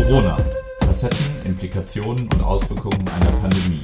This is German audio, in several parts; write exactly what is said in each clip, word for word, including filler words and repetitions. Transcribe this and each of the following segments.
Corona. Facetten, Implikationen und Auswirkungen einer Pandemie.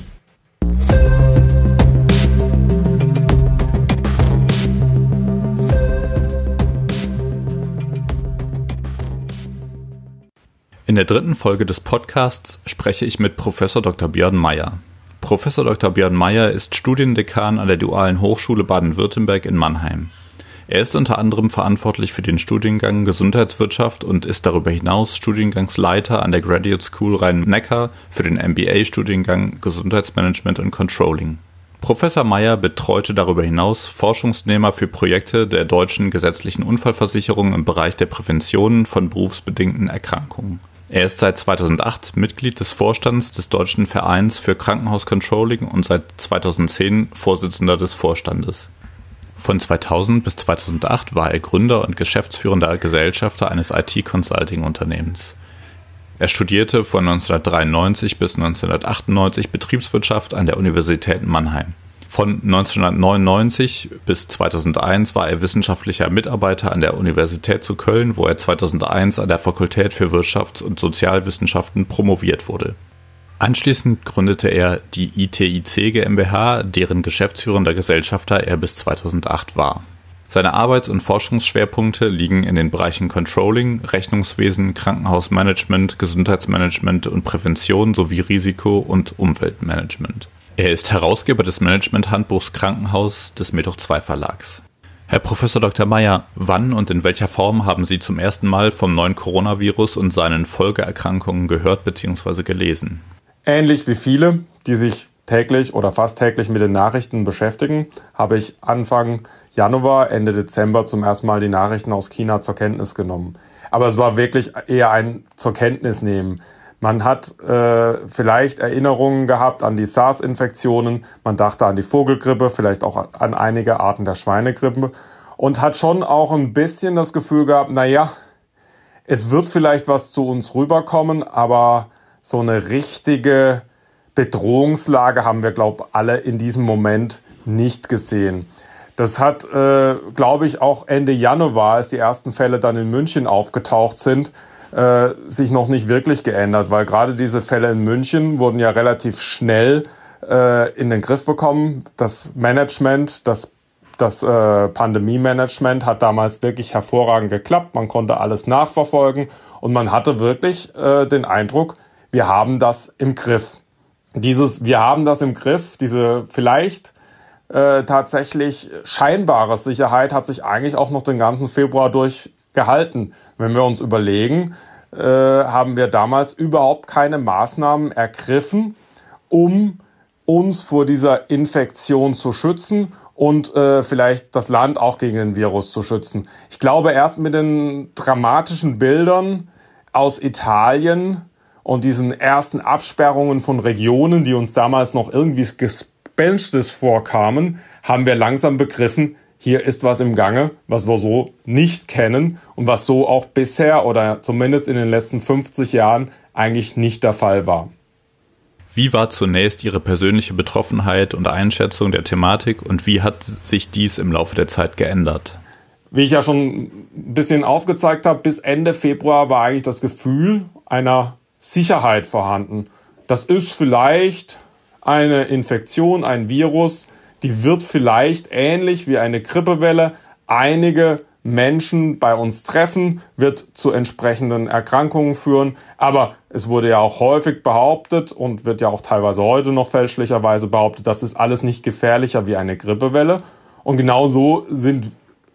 In der dritten Folge des Podcasts spreche ich mit Professor Doktor Björn Meyer. Professor Doktor Björn Meyer ist Studiendekan an der Dualen Hochschule Baden-Württemberg in Mannheim. Er ist unter anderem verantwortlich für den Studiengang Gesundheitswirtschaft und ist darüber hinaus Studiengangsleiter an der Graduate School Rhein-Neckar für den M B A-Studiengang Gesundheitsmanagement und Controlling. Professor Meyer betreute darüber hinaus Forschungsnehmer für Projekte der deutschen gesetzlichen Unfallversicherung im Bereich der Prävention von berufsbedingten Erkrankungen. Er ist seit zweitausendacht Mitglied des Vorstands des Deutschen Vereins für Krankenhauscontrolling und seit zweitausendzehn Vorsitzender des Vorstandes. Von zweitausend bis zweitausendacht war er Gründer und geschäftsführender Gesellschafter eines I T-Consulting-Unternehmens. Er studierte von neunzehnhundertdreiundneunzig bis neunzehnhundertachtundneunzig Betriebswirtschaft an der Universität Mannheim. Von neunzehnhundertneunundneunzig bis zweitausendeins war er wissenschaftlicher Mitarbeiter an der Universität zu Köln, wo er zweitausendeins an der Fakultät für Wirtschafts- und Sozialwissenschaften promoviert wurde. Anschließend gründete er die I T I C GmbH, deren geschäftsführender Gesellschafter er bis zweitausendacht war. Seine Arbeits- und Forschungsschwerpunkte liegen in den Bereichen Controlling, Rechnungswesen, Krankenhausmanagement, Gesundheitsmanagement und Prävention sowie Risiko- und Umweltmanagement. Er ist Herausgeber des Management-Handbuchs Krankenhaus des Methoch zwei Verlags. Herr Professor Doktor Meyer, wann und in welcher Form haben Sie zum ersten Mal vom neuen Coronavirus und seinen Folgeerkrankungen gehört bzw. gelesen? Ähnlich wie viele, die sich täglich oder fast täglich mit den Nachrichten beschäftigen, habe ich Anfang Januar, Ende Dezember zum ersten Mal die Nachrichten aus China zur Kenntnis genommen. Aber es war wirklich eher ein zur Kenntnis nehmen. Man hat äh, vielleicht Erinnerungen gehabt an die SARS-Infektionen, man dachte an die Vogelgrippe, vielleicht auch an einige Arten der Schweinegrippe und hat schon auch ein bisschen das Gefühl gehabt, naja, es wird vielleicht was zu uns rüberkommen, aber so eine richtige Bedrohungslage haben wir, glaube ich, alle in diesem Moment nicht gesehen. Das hat, äh, glaube ich, auch Ende Januar, als die ersten Fälle dann in München aufgetaucht sind, äh, sich noch nicht wirklich geändert, weil gerade diese Fälle in München wurden ja relativ schnell äh, in den Griff bekommen. Das Management, das, das äh, Pandemie-Management hat damals wirklich hervorragend geklappt. Man konnte alles nachverfolgen und man hatte wirklich äh, den Eindruck, wir haben das im Griff. Dieses Wir haben das im Griff, diese vielleicht äh, tatsächlich scheinbare Sicherheit hat sich eigentlich auch noch den ganzen Februar durchgehalten. Wenn wir uns überlegen, äh, haben wir damals überhaupt keine Maßnahmen ergriffen, um uns vor dieser Infektion zu schützen und äh, vielleicht das Land auch gegen den Virus zu schützen. Ich glaube, erst mit den dramatischen Bildern aus Italien und diesen ersten Absperrungen von Regionen, die uns damals noch irgendwie gespenstisch vorkamen, haben wir langsam begriffen, hier ist was im Gange, was wir so nicht kennen und was so auch bisher oder zumindest in den letzten fünfzig Jahren eigentlich nicht der Fall war. Wie war zunächst Ihre persönliche Betroffenheit und Einschätzung der Thematik und wie hat sich dies im Laufe der Zeit geändert? Wie ich ja schon ein bisschen aufgezeigt habe, bis Ende Februar war eigentlich das Gefühl einer Sicherheit vorhanden. Das ist vielleicht eine Infektion, ein Virus, die wird vielleicht ähnlich wie eine Grippewelle einige Menschen bei uns treffen, wird zu entsprechenden Erkrankungen führen. Aber es wurde ja auch häufig behauptet und wird ja auch teilweise heute noch fälschlicherweise behauptet, das ist alles nicht gefährlicher wie eine Grippewelle. Und genau so sind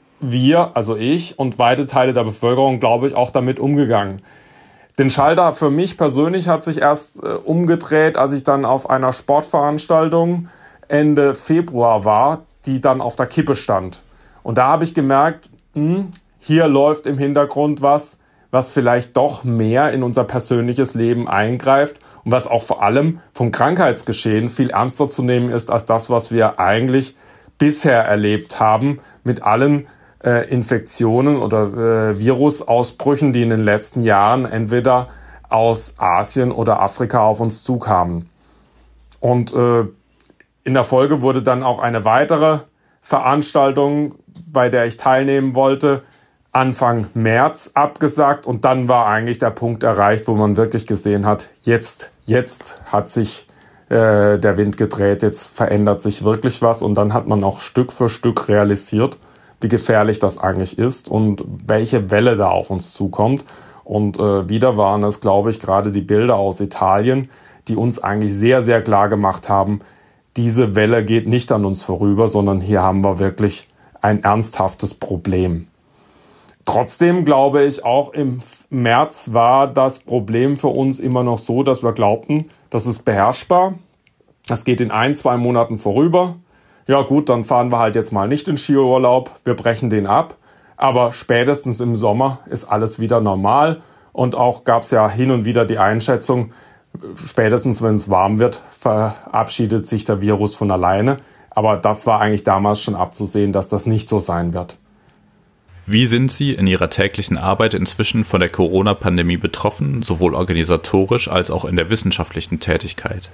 wir, also ich und weite Teile der Bevölkerung, glaube ich, auch damit umgegangen. Den Schalter für mich persönlich hat sich erst äh, umgedreht, als ich dann auf einer Sportveranstaltung Ende Februar war, die dann auf der Kippe stand. Und da habe ich gemerkt, mh, hier läuft im Hintergrund was, was vielleicht doch mehr in unser persönliches Leben eingreift und was auch vor allem vom Krankheitsgeschehen viel ernster zu nehmen ist als das, was wir eigentlich bisher erlebt haben mit allen Äh, Infektionen oder äh, Virusausbrüchen, die in den letzten Jahren entweder aus Asien oder Afrika auf uns zukamen. Und äh, in der Folge wurde dann auch eine weitere Veranstaltung, bei der ich teilnehmen wollte, Anfang März abgesagt und dann war eigentlich der Punkt erreicht, wo man wirklich gesehen hat, jetzt, jetzt hat sich äh, der Wind gedreht, jetzt verändert sich wirklich was und dann hat man auch Stück für Stück realisiert, wie gefährlich das eigentlich ist und welche Welle da auf uns zukommt. Und äh, wieder waren es, glaube ich, gerade die Bilder aus Italien, die uns eigentlich sehr, sehr klar gemacht haben, diese Welle geht nicht an uns vorüber, sondern hier haben wir wirklich ein ernsthaftes Problem. Trotzdem glaube ich, auch im März war das Problem für uns immer noch so, dass wir glaubten, das ist beherrschbar. Das geht in ein, zwei Monaten vorüber. Ja gut, dann fahren wir halt jetzt mal nicht in Skiurlaub, wir brechen den ab. Aber spätestens im Sommer ist alles wieder normal. Und auch gab es ja hin und wieder die Einschätzung, spätestens wenn es warm wird, verabschiedet sich der Virus von alleine. Aber das war eigentlich damals schon abzusehen, dass das nicht so sein wird. Wie sind Sie in Ihrer täglichen Arbeit inzwischen von der Corona-Pandemie betroffen, sowohl organisatorisch als auch in der wissenschaftlichen Tätigkeit?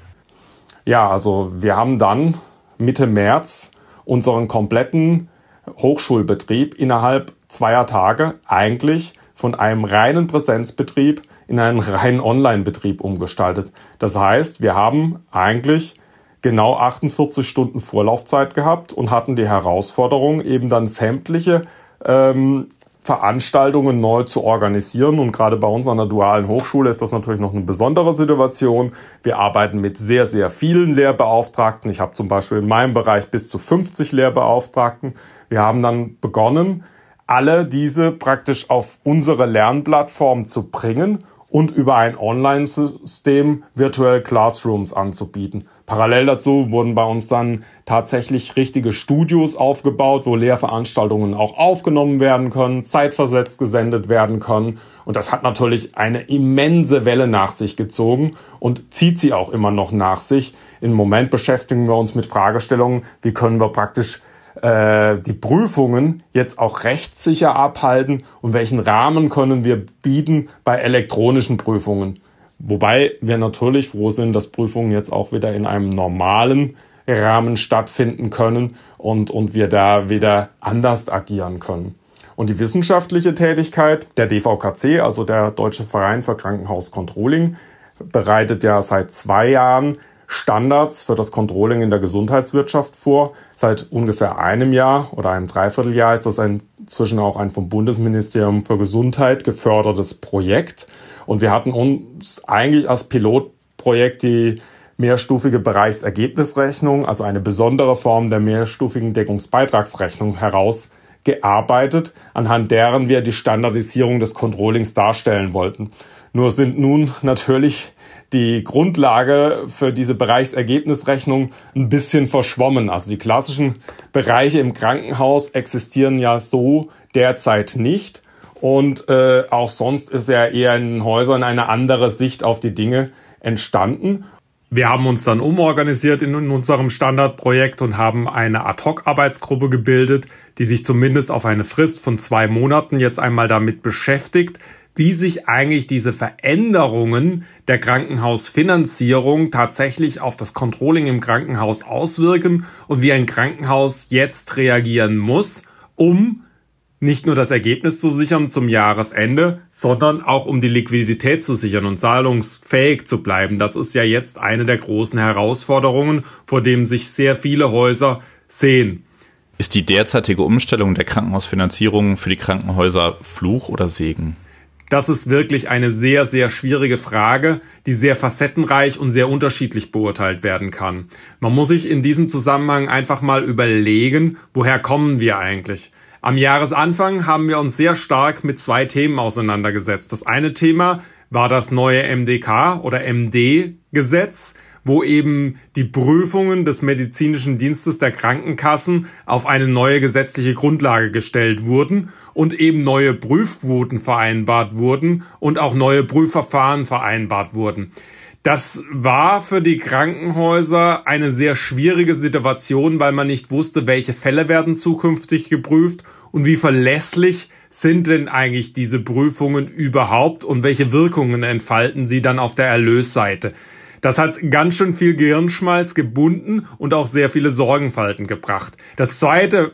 Ja, also wir haben dann Mitte März unseren kompletten Hochschulbetrieb innerhalb zweier Tage eigentlich von einem reinen Präsenzbetrieb in einen reinen Online-Betrieb umgestaltet. Das heißt, wir haben eigentlich genau achtundvierzig Stunden Vorlaufzeit gehabt und hatten die Herausforderung, eben dann sämtliche ähm, Veranstaltungen neu zu organisieren. Und gerade bei uns an der dualen Hochschule ist das natürlich noch eine besondere Situation. Wir arbeiten mit sehr, sehr vielen Lehrbeauftragten. Ich habe zum Beispiel in meinem Bereich bis zu fünfzig Lehrbeauftragten. Wir haben dann begonnen, alle diese praktisch auf unsere Lernplattform zu bringen und über ein Online-System Virtual Classrooms anzubieten. Parallel dazu wurden bei uns dann tatsächlich richtige Studios aufgebaut, wo Lehrveranstaltungen auch aufgenommen werden können, zeitversetzt gesendet werden können. Und das hat natürlich eine immense Welle nach sich gezogen und zieht sie auch immer noch nach sich. Im Moment beschäftigen wir uns mit Fragestellungen, wie können wir praktisch äh, die Prüfungen jetzt auch rechtssicher abhalten und welchen Rahmen können wir bieten bei elektronischen Prüfungen. Wobei wir natürlich froh sind, dass Prüfungen jetzt auch wieder in einem normalen Rahmen stattfinden können und, und wir da wieder anders agieren können. Und die wissenschaftliche Tätigkeit der D V K C, also der Deutsche Verein für Krankenhauscontrolling, bereitet ja seit zwei Jahren Standards für das Controlling in der Gesundheitswirtschaft vor. Seit ungefähr einem Jahr oder einem Dreivierteljahr ist das inzwischen auch ein vom Bundesministerium für Gesundheit gefördertes Projekt. Und wir hatten uns eigentlich als Pilotprojekt die mehrstufige Bereichsergebnisrechnung, also eine besondere Form der mehrstufigen Deckungsbeitragsrechnung, herausgearbeitet, anhand deren wir die Standardisierung des Controllings darstellen wollten. Nur sind nun natürlich die Grundlage für diese Bereichsergebnisrechnung ein bisschen verschwommen. Also die klassischen Bereiche im Krankenhaus existieren ja so derzeit nicht. Und äh, auch sonst ist ja eher in den Häusern eine andere Sicht auf die Dinge entstanden. Wir haben uns dann umorganisiert in, in unserem Standardprojekt und haben eine Ad-Hoc-Arbeitsgruppe gebildet, die sich zumindest auf eine Frist von zwei Monaten jetzt einmal damit beschäftigt, wie sich eigentlich diese Veränderungen der Krankenhausfinanzierung tatsächlich auf das Controlling im Krankenhaus auswirken und wie ein Krankenhaus jetzt reagieren muss, um nicht nur das Ergebnis zu sichern zum Jahresende, sondern auch um die Liquidität zu sichern und zahlungsfähig zu bleiben. Das ist ja jetzt eine der großen Herausforderungen, vor dem sich sehr viele Häuser sehen. Ist die derzeitige Umstellung der Krankenhausfinanzierung für die Krankenhäuser Fluch oder Segen? Das ist wirklich eine sehr, sehr schwierige Frage, die sehr facettenreich und sehr unterschiedlich beurteilt werden kann. Man muss sich in diesem Zusammenhang einfach mal überlegen, woher kommen wir eigentlich? Am Jahresanfang haben wir uns sehr stark mit zwei Themen auseinandergesetzt. Das eine Thema war das neue M D K oder M D-Gesetz, wo eben die Prüfungen des medizinischen Dienstes der Krankenkassen auf eine neue gesetzliche Grundlage gestellt wurden und eben neue Prüfquoten vereinbart wurden und auch neue Prüfverfahren vereinbart wurden. Das war für die Krankenhäuser eine sehr schwierige Situation, weil man nicht wusste, welche Fälle werden zukünftig geprüft und wie verlässlich sind denn eigentlich diese Prüfungen überhaupt und welche Wirkungen entfalten sie dann auf der Erlösseite. Das hat ganz schön viel Gehirnschmalz gebunden und auch sehr viele Sorgenfalten gebracht. Das zweite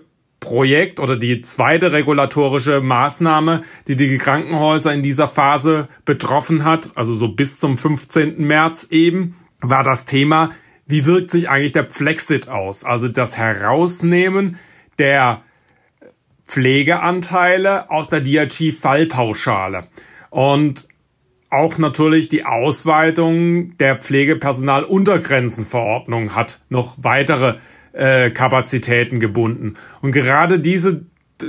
Projekt oder die zweite regulatorische Maßnahme, die die Krankenhäuser in dieser Phase betroffen hat, also so bis zum fünfzehnten März eben, war das Thema, wie wirkt sich eigentlich der Flexit aus? Also das Herausnehmen der Pflegeanteile aus der D R G-Fallpauschale. Und auch natürlich die Ausweitung der Pflegepersonaluntergrenzenverordnung hat noch weitere äh, Kapazitäten gebunden. Und gerade diese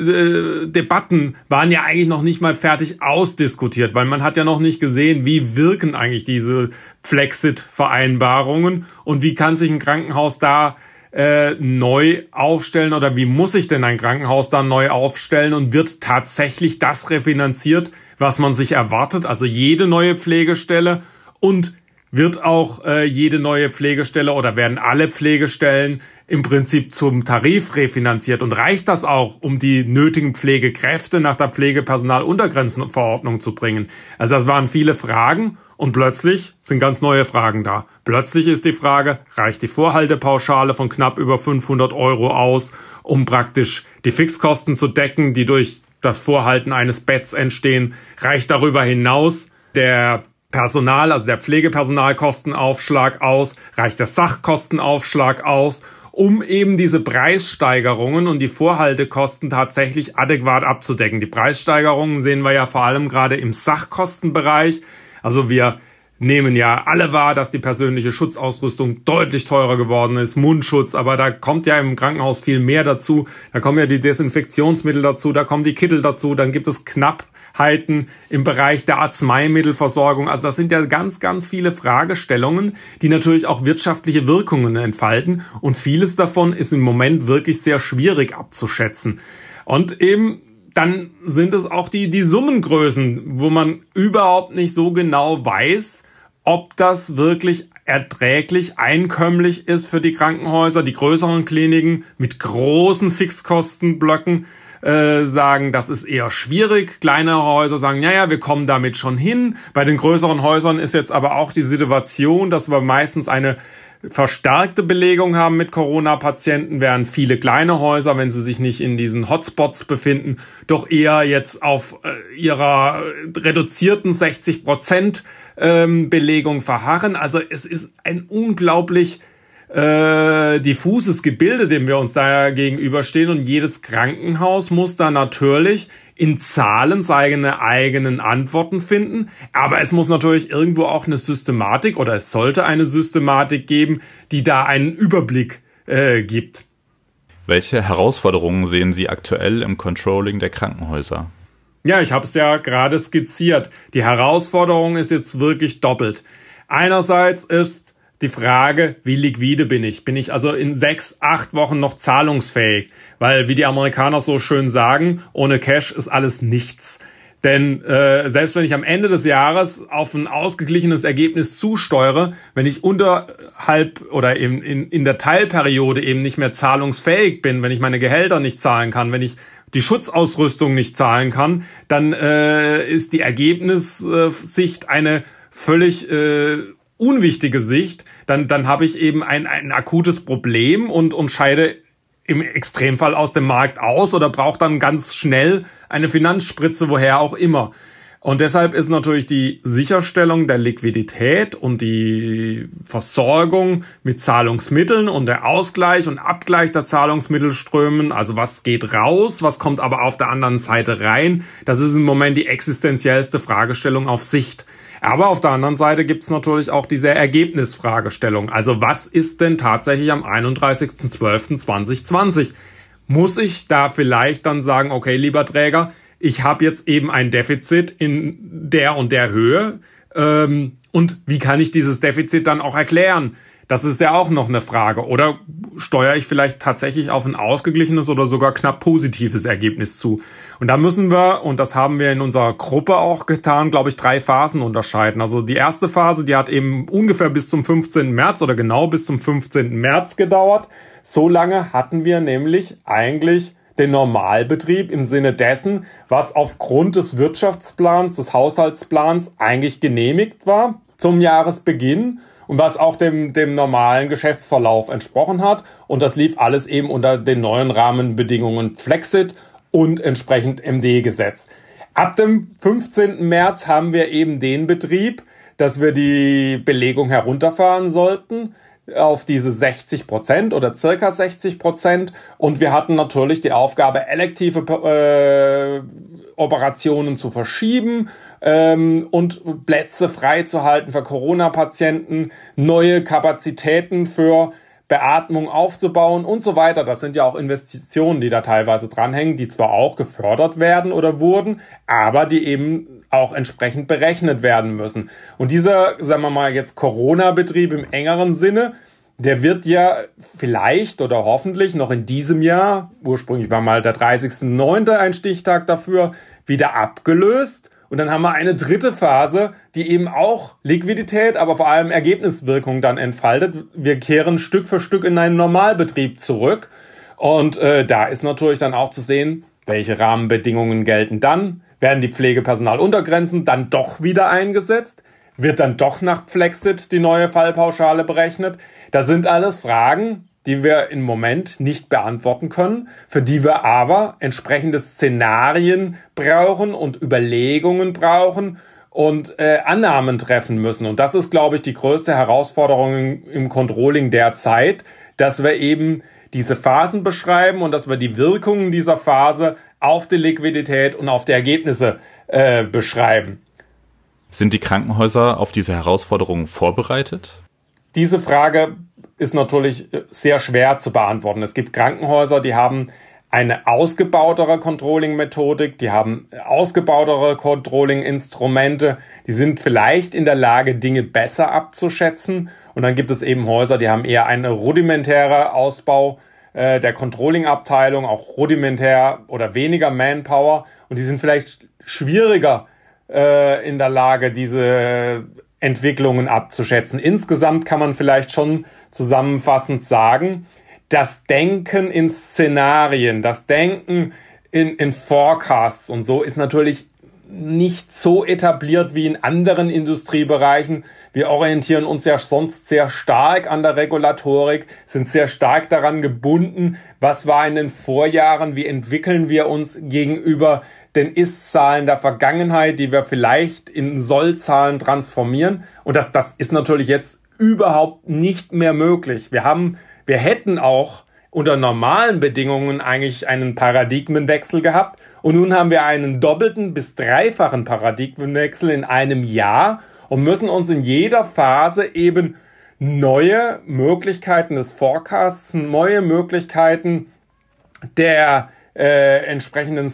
äh, Debatten waren ja eigentlich noch nicht mal fertig ausdiskutiert, weil man hat ja noch nicht gesehen, wie wirken eigentlich diese Flexit-Vereinbarungen und wie kann sich ein Krankenhaus da äh, neu aufstellen oder wie muss sich denn ein Krankenhaus da neu aufstellen und wird tatsächlich das refinanziert, was man sich erwartet, also jede neue Pflegestelle, und wird auch äh, jede neue Pflegestelle oder werden alle Pflegestellen im Prinzip zum Tarif refinanziert und reicht das auch, um die nötigen Pflegekräfte nach der Pflegepersonaluntergrenzenverordnung zu bringen? Also das waren viele Fragen und plötzlich sind ganz neue Fragen da. Plötzlich ist die Frage, reicht die Vorhaltepauschale von knapp über fünfhundert Euro aus, um praktisch die Fixkosten zu decken, die durch das Vorhalten eines Betts entstehen? Reicht darüber hinaus der Personal, also der Pflegepersonalkostenaufschlag aus? Reicht der Sachkostenaufschlag aus, um eben diese Preissteigerungen und die Vorhaltekosten tatsächlich adäquat abzudecken? Die Preissteigerungen sehen wir ja vor allem gerade im Sachkostenbereich. Also wir nehmen ja alle wahr, dass die persönliche Schutzausrüstung deutlich teurer geworden ist, Mundschutz, aber da kommt ja im Krankenhaus viel mehr dazu. Da kommen ja die Desinfektionsmittel dazu, da kommen die Kittel dazu, dann gibt es Knappheiten im Bereich der Arzneimittelversorgung. Also das sind ja ganz, ganz viele Fragestellungen, die natürlich auch wirtschaftliche Wirkungen entfalten, und vieles davon ist im Moment wirklich sehr schwierig abzuschätzen. Und eben dann sind es auch die, die Summengrößen, wo man überhaupt nicht so genau weiß, ob das wirklich erträglich, einkömmlich ist für die Krankenhäuser. Die größeren Kliniken mit großen Fixkostenblöcken äh, sagen, das ist eher schwierig. Kleinere Häuser sagen, naja, wir kommen damit schon hin. Bei den größeren Häusern ist jetzt aber auch die Situation, dass wir meistens eine verstärkte Belegung haben mit Corona-Patienten, während viele kleine Häuser, wenn sie sich nicht in diesen Hotspots befinden, doch eher jetzt auf äh, ihrer reduzierten sechzig Prozent ähm, Belegung verharren. Also es ist ein unglaublich äh, diffuses Gebilde, dem wir uns da gegenüberstehen, und jedes Krankenhaus muss da natürlich in Zahlen seine eigenen Antworten finden, aber es muss natürlich irgendwo auch eine Systematik oder es sollte eine Systematik geben, die da einen Überblick äh, gibt. Welche Herausforderungen sehen Sie aktuell im Controlling der Krankenhäuser? Ja, ich habe es ja gerade skizziert. Die Herausforderung ist jetzt wirklich doppelt. Einerseits ist die Frage, wie liquide bin ich? Bin ich also in sechs, acht Wochen noch zahlungsfähig? Weil, wie die Amerikaner so schön sagen, ohne Cash ist alles nichts. Denn äh, selbst wenn ich am Ende des Jahres auf ein ausgeglichenes Ergebnis zusteuere, wenn ich unterhalb oder eben in, in der Teilperiode eben nicht mehr zahlungsfähig bin, wenn ich meine Gehälter nicht zahlen kann, wenn ich die Schutzausrüstung nicht zahlen kann, dann äh, ist die Ergebnissicht eine völlig äh, unwichtige Sicht. Dann, dann habe ich eben ein, ein akutes Problem und, und scheide im Extremfall aus dem Markt aus oder brauche dann ganz schnell eine Finanzspritze, woher auch immer. Und deshalb ist natürlich die Sicherstellung der Liquidität und die Versorgung mit Zahlungsmitteln und der Ausgleich und Abgleich der Zahlungsmittelströmen, also was geht raus, was kommt aber auf der anderen Seite rein, das ist im Moment die existenziellste Fragestellung auf Sicht. Aber auf der anderen Seite gibt es natürlich auch diese Ergebnisfragestellung. Also was ist denn tatsächlich am einunddreißigsten zwölften zweitausendzwanzig? Muss ich da vielleicht dann sagen, okay, lieber Träger, ich habe jetzt eben ein Defizit in der und der Höhe. Ähm, und wie kann ich dieses Defizit dann auch erklären? Das ist ja auch noch eine Frage. Oder steuere ich vielleicht tatsächlich auf ein ausgeglichenes oder sogar knapp positives Ergebnis zu? Und da müssen wir, und das haben wir in unserer Gruppe auch getan, glaube ich, drei Phasen unterscheiden. Also die erste Phase, die hat eben ungefähr bis zum fünfzehnten März oder genau bis zum fünfzehnten März gedauert. So lange hatten wir nämlich eigentlich den Normalbetrieb im Sinne dessen, was aufgrund des Wirtschaftsplans, des Haushaltsplans eigentlich genehmigt war zum Jahresbeginn. und was auch dem, dem normalen Geschäftsverlauf entsprochen hat. Und das lief alles eben unter den neuen Rahmenbedingungen Flexit und entsprechend M D-Gesetz. Ab dem fünfzehnten März haben wir eben den Betrieb, dass wir die Belegung herunterfahren sollten auf diese sechzig Prozent oder circa sechzig Prozent. Und wir hatten natürlich die Aufgabe, elektive äh, Operationen zu verschieben ähm, und Plätze freizuhalten für Corona-Patienten, neue Kapazitäten für Beatmung aufzubauen und so weiter. Das sind ja auch Investitionen, die da teilweise dranhängen, die zwar auch gefördert werden oder wurden, aber die eben auch entsprechend berechnet werden müssen. Und dieser, sagen wir mal jetzt Corona-Betrieb im engeren Sinne, der wird ja vielleicht oder hoffentlich noch in diesem Jahr, ursprünglich war mal der dreißigster neunte ein Stichtag dafür, wieder abgelöst. Und dann haben wir eine dritte Phase, die eben auch Liquidität, aber vor allem Ergebniswirkung dann entfaltet. Wir kehren Stück für Stück in einen Normalbetrieb zurück. Und äh, da ist natürlich dann auch zu sehen, welche Rahmenbedingungen gelten dann. Werden die Pflegepersonaluntergrenzen dann doch wieder eingesetzt? Wird dann doch nach Flexit die neue Fallpauschale berechnet? Das sind alles Fragen, die wir im Moment nicht beantworten können, für die wir aber entsprechende Szenarien brauchen und Überlegungen brauchen und äh, Annahmen treffen müssen. Und das ist, glaube ich, die größte Herausforderung im Controlling derzeit, dass wir eben diese Phasen beschreiben und dass wir die Wirkungen dieser Phase auf die Liquidität und auf die Ergebnisse äh, beschreiben. Sind die Krankenhäuser auf diese Herausforderungen vorbereitet? Diese Frage ist natürlich sehr schwer zu beantworten. Es gibt Krankenhäuser, die haben eine ausgebautere Controlling-Methodik, die haben ausgebautere Controlling-Instrumente, die sind vielleicht in der Lage, Dinge besser abzuschätzen. Und dann gibt es eben Häuser, die haben eher eine rudimentäre Ausbau äh, der Controlling-Abteilung, auch rudimentär oder weniger Manpower. Und die sind vielleicht schwieriger äh, in der Lage, diese Entwicklungen abzuschätzen. Insgesamt kann man vielleicht schon zusammenfassend sagen, das Denken in Szenarien, das Denken in, in Forecasts und so ist natürlich nicht so etabliert wie in anderen Industriebereichen. Wir orientieren uns ja sonst sehr stark an der Regulatorik, sind sehr stark daran gebunden, was war in den Vorjahren, wie entwickeln wir uns gegenüber den Ist-Zahlen der Vergangenheit, die wir vielleicht in Soll-Zahlen transformieren. Und das, das ist natürlich jetzt überhaupt nicht mehr möglich. Wir haben, wir hätten auch unter normalen Bedingungen eigentlich einen Paradigmenwechsel gehabt. Und nun haben wir einen doppelten bis dreifachen Paradigmenwechsel in einem Jahr und müssen uns in jeder Phase eben neue Möglichkeiten des Forecasts, neue Möglichkeiten der äh, entsprechenden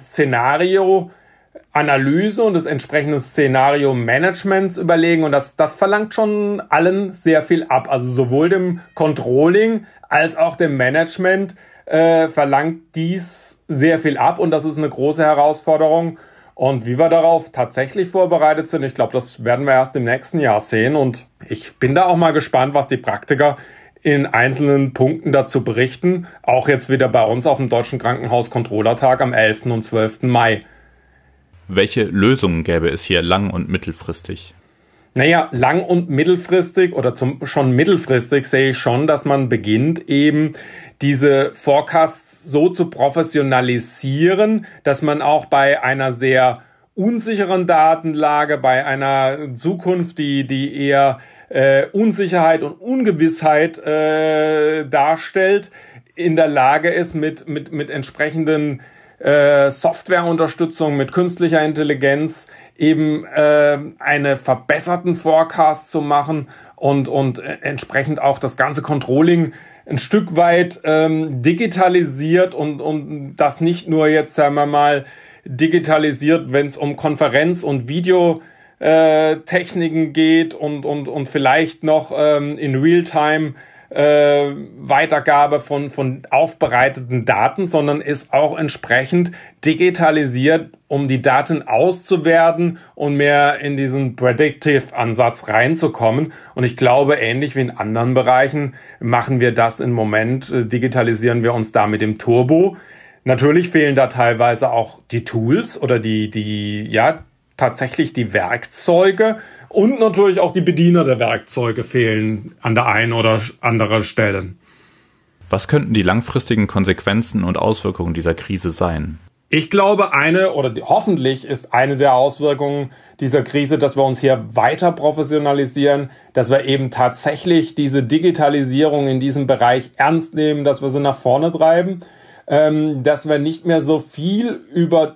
Szenario-Analyse und des entsprechenden Szenario-Managements überlegen. Und das, das verlangt schon allen sehr viel ab. Also sowohl dem Controlling als auch dem Management äh, verlangt dies sehr viel ab. Und das ist eine große Herausforderung. Und wie wir darauf tatsächlich vorbereitet sind, ich glaube, das werden wir erst im nächsten Jahr sehen. Und ich bin da auch mal gespannt, was die Praktiker in einzelnen Punkten dazu berichten. Auch jetzt wieder bei uns auf dem Deutschen Krankenhaus-Controllertag am elften und zwölften Mai. Welche Lösungen gäbe es hier lang- und mittelfristig? Naja, lang- und mittelfristig oder zum, schon mittelfristig sehe ich schon, dass man beginnt, eben diese Forecasts so zu professionalisieren, dass man auch bei einer sehr unsicheren Datenlage, bei einer Zukunft, die, die eher äh, Unsicherheit und Ungewissheit äh, darstellt, in der Lage ist, mit, mit, mit entsprechenden äh, Softwareunterstützung, mit künstlicher Intelligenz eben äh, eine verbesserten Forecast zu machen und, und äh, entsprechend auch das ganze Controlling ein Stück weit ähm, digitalisiert und, und das nicht nur jetzt, sagen wir mal, digitalisiert, wenn es um Konferenz- und Videotechniken geht und, und, und vielleicht noch ähm, in Realtime äh, Weitergabe von, von aufbereiteten Daten, sondern ist auch entsprechend digitalisiert, um die Daten auszuwerten und mehr in diesen Predictive-Ansatz reinzukommen. Und ich glaube, ähnlich wie in anderen Bereichen machen wir das im Moment, äh, digitalisieren wir uns da mit dem Turbo. Natürlich fehlen da teilweise auch die Tools oder die, die, ja, tatsächlich die Werkzeuge, Und natürlich auch die Bediener der Werkzeuge fehlen an der einen oder anderen Stelle. Was könnten die langfristigen Konsequenzen und Auswirkungen dieser Krise sein? Ich glaube, eine oder die, hoffentlich ist eine der Auswirkungen dieser Krise, dass wir uns hier weiter professionalisieren, dass wir eben tatsächlich diese Digitalisierung in diesem Bereich ernst nehmen, dass wir sie nach vorne treiben, ähm, dass wir nicht mehr so viel über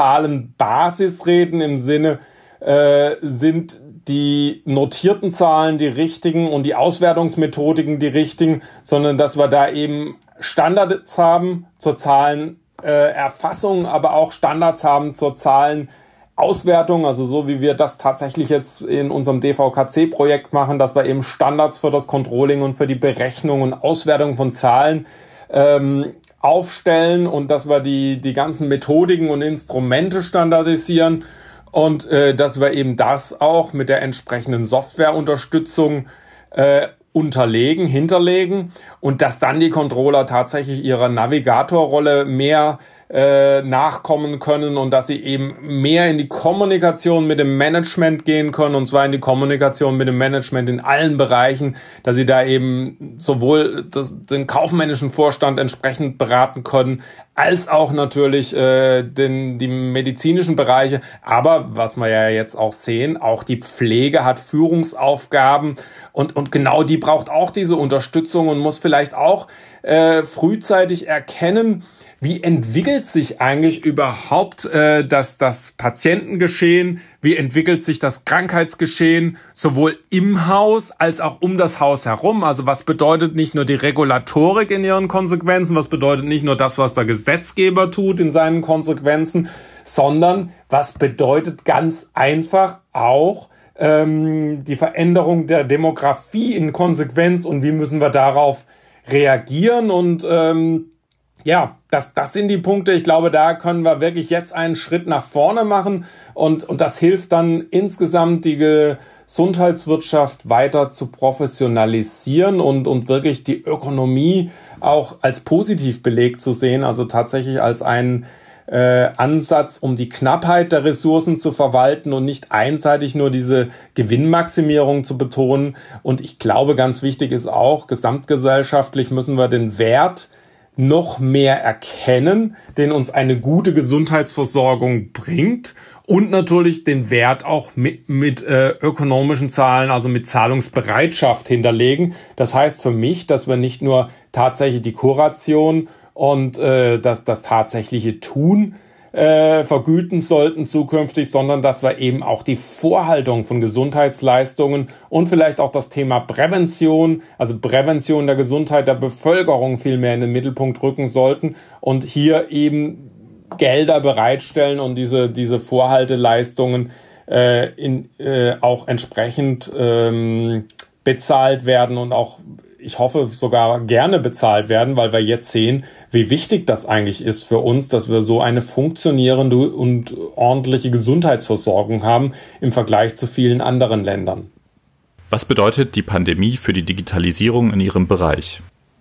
Zahlenbasis reden im Sinne, äh, sind die notierten Zahlen die richtigen und die Auswertungsmethodiken die richtigen, sondern dass wir da eben Standards haben zur Zahlen Äh, Erfassung, aber auch Standards haben zur Zahlenauswertung, also so wie wir das tatsächlich jetzt in unserem D V K C-Projekt machen, dass wir eben Standards für das Controlling und für die Berechnung und Auswertung von Zahlen ähm, aufstellen und dass wir die, die ganzen Methodiken und Instrumente standardisieren und äh, dass wir eben das auch mit der entsprechenden Softwareunterstützung äh, unterlegen, hinterlegen und dass dann die Controller tatsächlich ihrer Navigatorrolle mehr äh, nachkommen können und dass sie eben mehr in die Kommunikation mit dem Management gehen können, und zwar in die Kommunikation mit dem Management in allen Bereichen, dass sie da eben sowohl das, den kaufmännischen Vorstand entsprechend beraten können, als auch natürlich äh, den, die medizinischen Bereiche. Aber was wir ja jetzt auch sehen, auch die Pflege hat Führungsaufgaben und, und genau die braucht auch diese Unterstützung und muss vielleicht auch äh, frühzeitig erkennen, wie entwickelt sich eigentlich überhaupt äh, das, das Patientengeschehen, wie entwickelt sich das Krankheitsgeschehen, sowohl im Haus als auch um das Haus herum. Also was bedeutet nicht nur die Regulatorik in ihren Konsequenzen, was bedeutet nicht nur das, was der Gesetzgeber tut in seinen Konsequenzen, sondern was bedeutet ganz einfach auch ähm, die Veränderung der Demografie in Konsequenz und wie müssen wir darauf reagieren. Und ähm, ja, das, das sind die Punkte. Ich glaube, da können wir wirklich jetzt einen Schritt nach vorne machen und, und das hilft dann insgesamt die Gesundheitswirtschaft weiter zu professionalisieren und, und wirklich die Ökonomie auch als positiv belegt zu sehen, also tatsächlich als einen äh, Ansatz, um die Knappheit der Ressourcen zu verwalten und nicht einseitig nur diese Gewinnmaximierung zu betonen. Und ich glaube, ganz wichtig ist auch, gesamtgesellschaftlich müssen wir den Wert noch mehr erkennen, den uns eine gute Gesundheitsversorgung bringt und natürlich den Wert auch mit, mit äh, ökonomischen Zahlen, also mit Zahlungsbereitschaft hinterlegen. Das heißt für mich, dass wir nicht nur tatsächlich die Kuration und äh, das, das tatsächliche Tun äh, vergüten sollten zukünftig, sondern dass wir eben auch die Vorhaltung von Gesundheitsleistungen und vielleicht auch das Thema Prävention, also Prävention der Gesundheit der Bevölkerung viel mehr in den Mittelpunkt rücken sollten und hier eben Gelder bereitstellen und diese, diese Vorhalteleistungen äh, in, äh, auch entsprechend ähm, bezahlt werden und auch, ich hoffe, sogar gerne bezahlt werden, weil wir jetzt sehen, wie wichtig das eigentlich ist für uns, dass wir so eine funktionierende und ordentliche Gesundheitsversorgung haben im Vergleich zu vielen anderen Ländern. Was bedeutet die Pandemie für die Digitalisierung in Ihrem Bereich?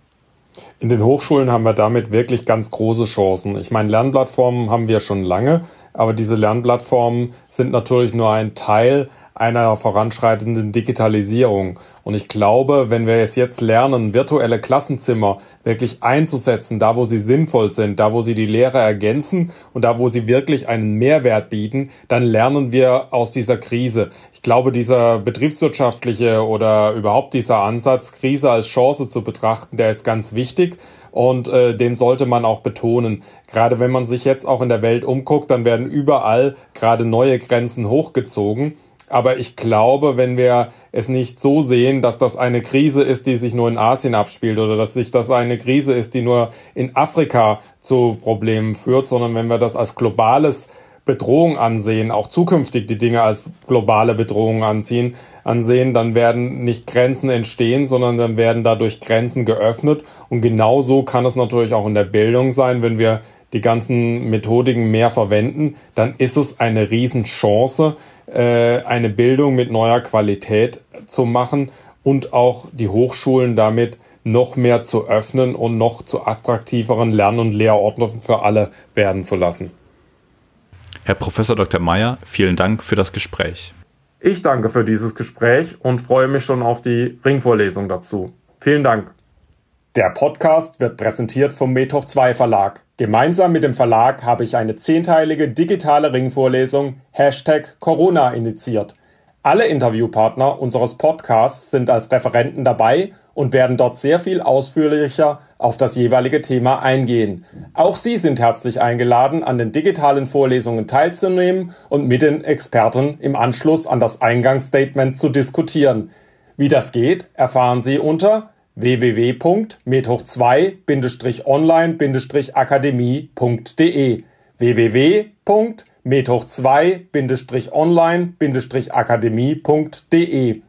In den Hochschulen haben wir damit wirklich ganz große Chancen. Ich meine, Lernplattformen haben wir schon lange, aber diese Lernplattformen sind natürlich nur ein Teil einer voranschreitenden Digitalisierung. Und ich glaube, wenn wir es jetzt lernen, virtuelle Klassenzimmer wirklich einzusetzen, da wo sie sinnvoll sind, da wo sie die Lehre ergänzen und da wo sie wirklich einen Mehrwert bieten, dann lernen wir aus dieser Krise. Ich glaube, dieser betriebswirtschaftliche oder überhaupt dieser Ansatz, Krise als Chance zu betrachten, der ist ganz wichtig. Und äh, den sollte man auch betonen. Gerade wenn man sich jetzt auch in der Welt umguckt, dann werden überall gerade neue Grenzen hochgezogen. Aber ich glaube, wenn wir es nicht so sehen, dass das eine Krise ist, die sich nur in Asien abspielt oder dass sich das eine Krise ist, die nur in Afrika zu Problemen führt, sondern wenn wir das als globales Bedrohung ansehen, auch zukünftig die Dinge als globale Bedrohung anziehen, ansehen, dann werden nicht Grenzen entstehen, sondern dann werden dadurch Grenzen geöffnet. Und genauso kann es natürlich auch in der Bildung sein, wenn wir die ganzen Methodiken mehr verwenden, dann ist es eine Riesenchance, eine Bildung mit neuer Qualität zu machen und auch die Hochschulen damit noch mehr zu öffnen und noch zu attraktiveren Lern- und Lehrorten für alle werden zu lassen. Herr Professor Doktor Mayer, vielen Dank für das Gespräch. Ich danke für dieses Gespräch und freue mich schon auf die Ringvorlesung dazu. Vielen Dank. Der Podcast wird präsentiert vom Methoch zwei Verlag. Gemeinsam mit dem Verlag habe ich eine zehnteilige digitale Ringvorlesung Hashtag Corona initiiert. Alle Interviewpartner unseres Podcasts sind als Referenten dabei und werden dort sehr viel ausführlicher auf das jeweilige Thema eingehen. Auch Sie sind herzlich eingeladen, an den digitalen Vorlesungen teilzunehmen und mit den Experten im Anschluss an das Eingangsstatement zu diskutieren. Wie das geht, erfahren Sie unter w w w punkt methoch zwei online akademie punkt d e w w w punkt methoch zwei online akademie punkt d e